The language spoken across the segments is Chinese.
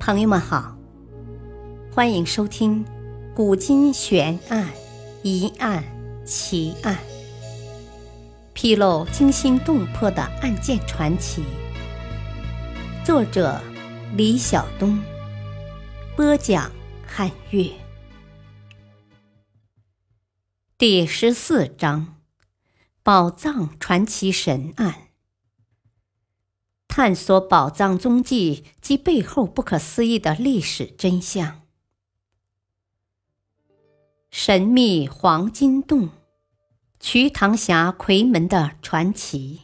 朋友们好，欢迎收听古今悬案、疑案、奇案，披露惊心动魄的案件传奇。作者李晓东，播讲汉月。第14章：宝藏传奇神案。探索宝藏踪迹及背后不可思议的历史真相。神秘黄金洞，瞿塘峡夔门的传奇。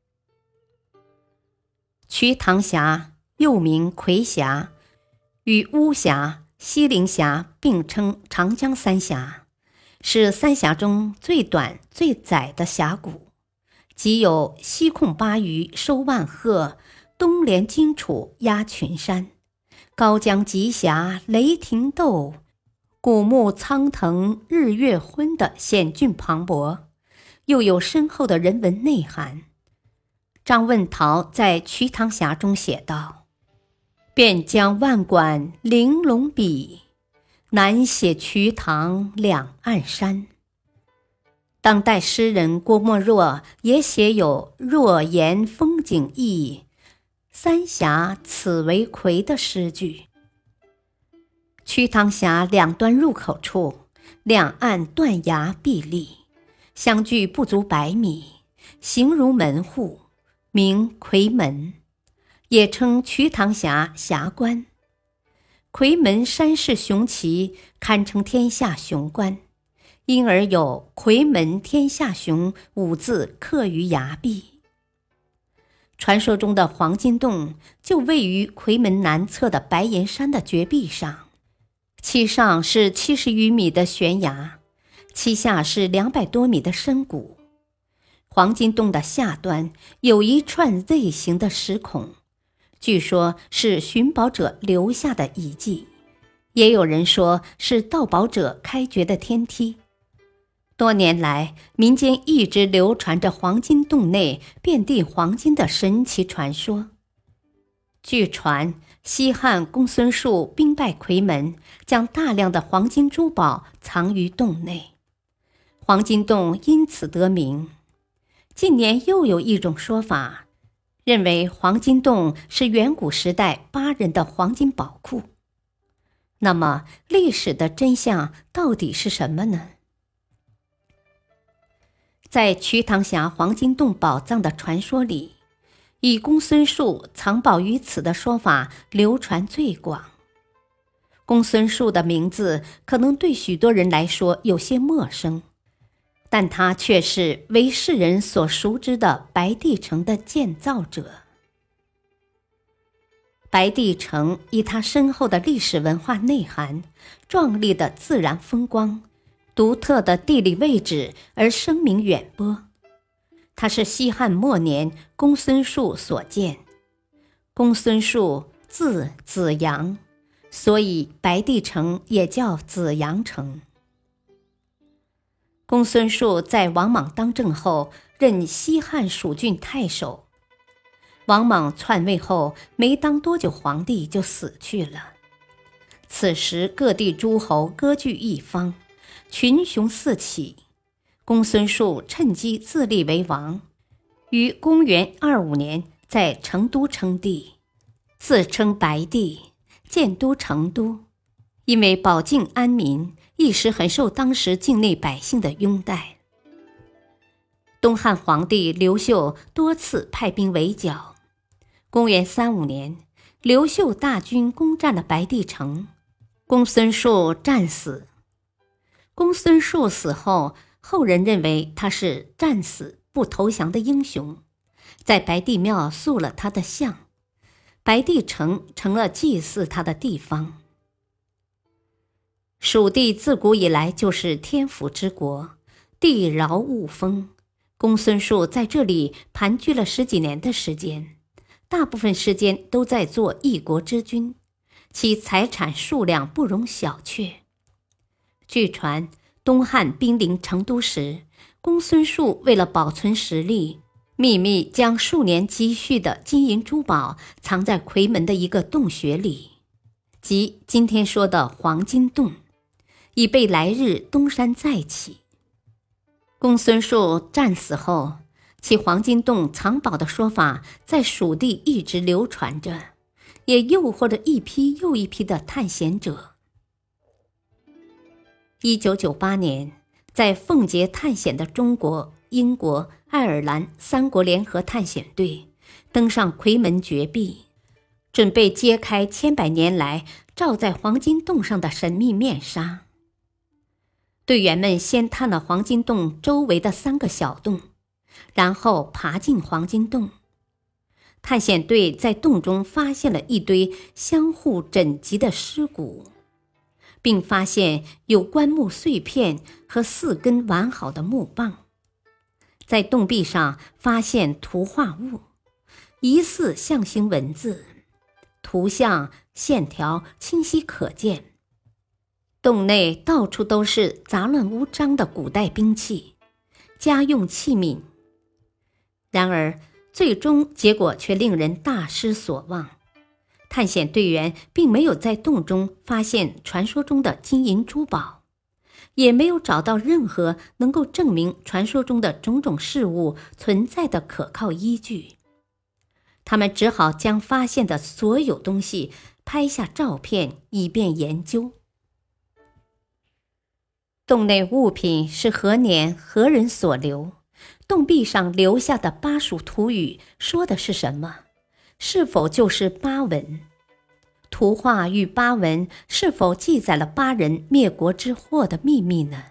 瞿塘峡又名夔峡，与巫峡、西陵峡并称长江三峡，是三峡中最短最窄的峡谷，即有西控巴渝收万壑，东连荆楚压群山，高江急峡雷霆斗，古木苍藤日月昏的险峻磅礴，又有深厚的人文内涵。张问陶在瞿塘峡中写道：遍江万管玲珑笔，难写瞿塘两岸山。当代诗人郭沫若也写有若言风景异，三峡此为夔的诗句。瞿塘峡两端入口处，两岸断崖壁立，相距不足100米，形如门户，名夔门，也称瞿塘峡峡关。夔门山势雄奇，堪称天下雄关，因而有夔门天下雄5字刻于崖壁。传说中的黄金洞就位于夔门南侧的白岩山的绝壁上，其上是70余米的悬崖，其下是200多米的深谷。黄金洞的下端有一串 Z 形的石孔，据说是寻宝者留下的遗迹，也有人说是盗宝者开掘的天梯。多年来，民间一直流传着黄金洞内遍地黄金的神奇传说。据传，西汉公孙述兵败夔门，将大量的黄金珠宝藏于洞内，黄金洞因此得名。近年又有一种说法，认为黄金洞是远古时代巴人的黄金宝库。那么，历史的真相到底是什么呢？在瞿塘峡黄金洞宝藏的传说里，以公孙述藏宝于此的说法流传最广。公孙述的名字可能对许多人来说有些陌生，但他却是为世人所熟知的白帝城的建造者。白帝城以它深厚的历史文化内涵、壮丽的自然风光、独特的地理位置而声名远播。它是西汉末年公孙述所建。公孙述字子阳，所以白帝城也叫子阳城。公孙述在王莽当政后任西汉蜀郡太守。王莽篡位后没当多久，皇帝就死去了。此时各地诸侯割据一方，群雄四起，公孙述趁机自立为王，于公元25年在成都称帝，自称白帝，建都成都。因为保境安民，一时很受当时境内百姓的拥戴。东汉皇帝刘秀多次派兵围剿。公元35年，刘秀大军攻占了白帝城，公孙述战死。公孙述死后，后人认为他是战死不投降的英雄，在白帝庙塑了他的像，白帝城成了祭祀他的地方。蜀地自古以来就是天府之国，地饶物丰，公孙述在这里盘踞了10几年的时间，大部分时间都在做一国之君，其财产数量不容小觑。据传，东汉兵临成都时，公孙述为了保存实力，秘密将数年积蓄的金银珠宝藏在夔门的一个洞穴里。 即今天说的黄金洞，以备来日东山再起。公孙述战死后，其黄金洞藏宝的说法在蜀地一直流传着，也诱惑着一批又一批的探险者。1998年，在奉节探险的中国、英国、爱尔兰3国联合探险队登上夔门绝壁，准备揭开千百年来罩在黄金洞上的神秘面纱。队员们先探了黄金洞周围的3个小洞，然后爬进黄金洞。探险队在洞中发现了一堆相互枕藉的尸骨，并发现有棺木碎片和4根完好的木棒。在洞壁上发现图画物，疑似象形文字，图像线条清晰可见。洞内到处都是杂乱无章的古代兵器、家用器皿。然而最终结果却令人大失所望，探险队员并没有在洞中发现传说中的金银珠宝，也没有找到任何能够证明传说中的种种事物存在的可靠依据。他们只好将发现的所有东西拍下照片，以便研究。洞内物品是何年何人所留？洞壁上留下的巴蜀土语说的是什么？是否就是巴文？图画与巴文是否记载了巴人灭国之祸的秘密呢？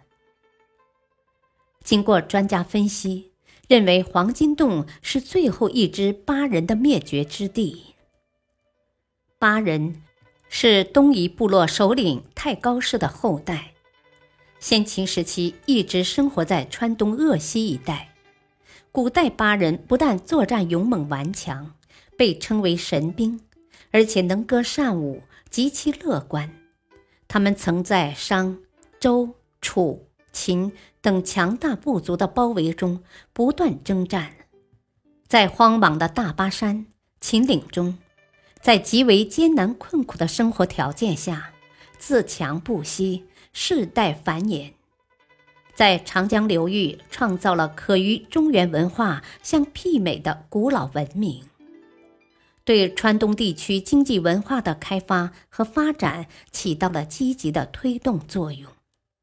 经过专家分析，认为黄金洞是最后一支巴人的灭绝之地。巴人是东夷部落首领太高氏的后代，先秦时期一直生活在川东鄂西一带。古代巴人不但作战勇猛顽强，被称为神兵，而且能歌善舞，极其乐观。他们曾在商、周、楚、秦等强大部族的包围中不断征战，在荒莽的大巴山、秦岭中，在极为艰难困苦的生活条件下，自强不息，世代繁衍。在长江流域创造了可与中原文化相媲美的古老文明，对川东地区经济文化的开发和发展起到了积极的推动作用。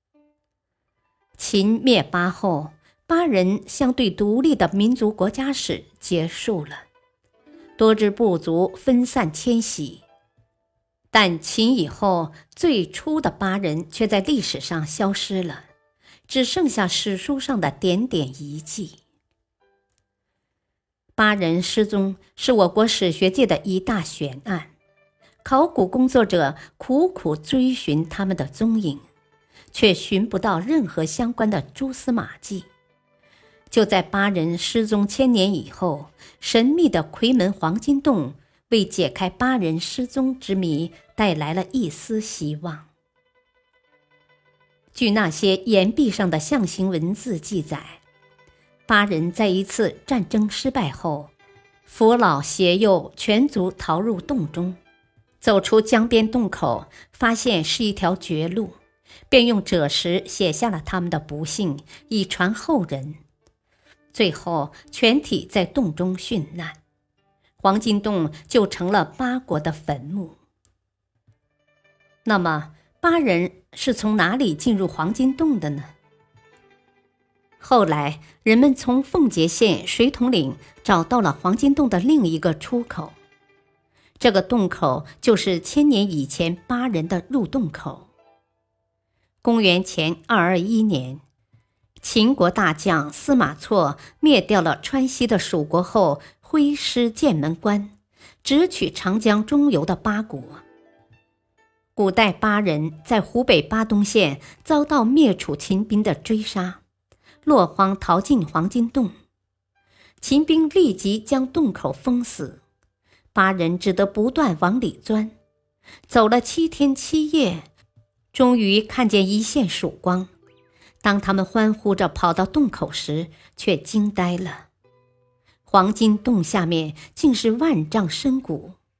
秦灭巴后，巴人相对独立的民族国家史结束了，多支部族分散迁徙，但秦以后最初的巴人却在历史上消失了，只剩下史书上的点点遗迹。巴人失踪是我国史学界的一大悬案，考古工作者苦苦追寻他们的踪影，却寻不到任何相关的蛛丝马迹。就在巴人失踪1000年以后，神秘的夔门黄金洞为解开巴人失踪之谜带来了一丝希望。据那些岩壁上的象形文字记载，巴人在一次战争失败后，扶老携幼全族逃入洞中，走出江边洞口，发现是一条绝路，便用赭石写下了他们的不幸，以传后人。最后全体在洞中殉难，黄金洞就成了巴国的坟墓。那么巴人是从哪里进入黄金洞的呢？后来人们从奉节县水桶岭找到了黄金洞的另一个出口，这个洞口就是1000年以前巴人的入洞口。公元前221年，秦国大将司马错灭掉了川西的蜀国后，挥师剑门关，直取长江中游的巴国。古代巴人在湖北巴东县遭到灭楚秦兵的追杀，落荒逃进黄金洞。秦兵立即将洞口封死，巴人只得不断往里钻，走了7天7夜，终于看见一线曙光。当他们欢呼着跑到洞口时，却惊呆了。黄金洞下面竟是万丈深谷，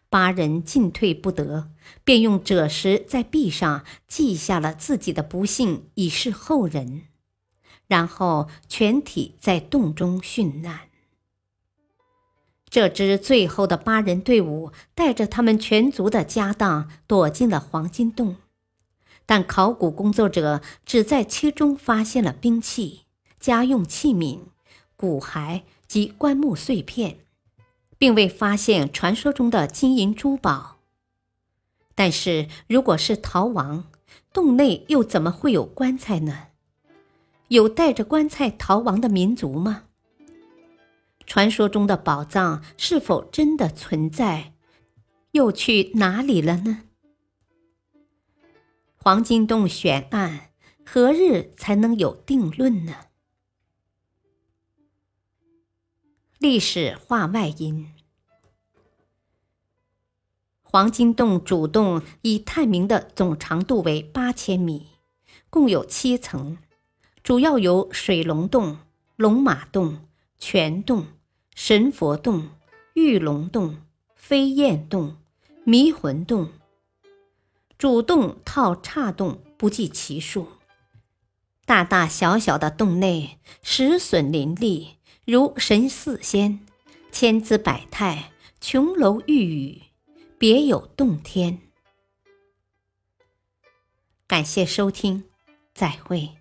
八人进退不得，便用赭石在壁上记下了自己的不幸，以示后人。然后全体在洞中殉难。这支最后的八人队伍带着他们全族的家当躲进了黄金洞，但考古工作者只在其中发现了兵器、家用器皿、骨骸及棺木碎片，并未发现传说中的金银珠宝。但是如果是逃亡，洞内又怎么会有棺材呢？有带着棺材逃亡的民族吗？传说中的宝藏是否真的存在，又去哪里了呢？黄金洞悬案何日才能有定论呢？历史话外音：黄金洞主洞已探明的总长度为8000米，共有7层，主要有水龙洞、龙马洞、泉洞、神佛洞、玉龙洞、飞燕洞、迷魂洞。主洞套岔洞不计其数，大大小小的洞内石笋林立，如神似仙，千姿百态，琼楼玉宇，别有洞天。感谢收听，再会。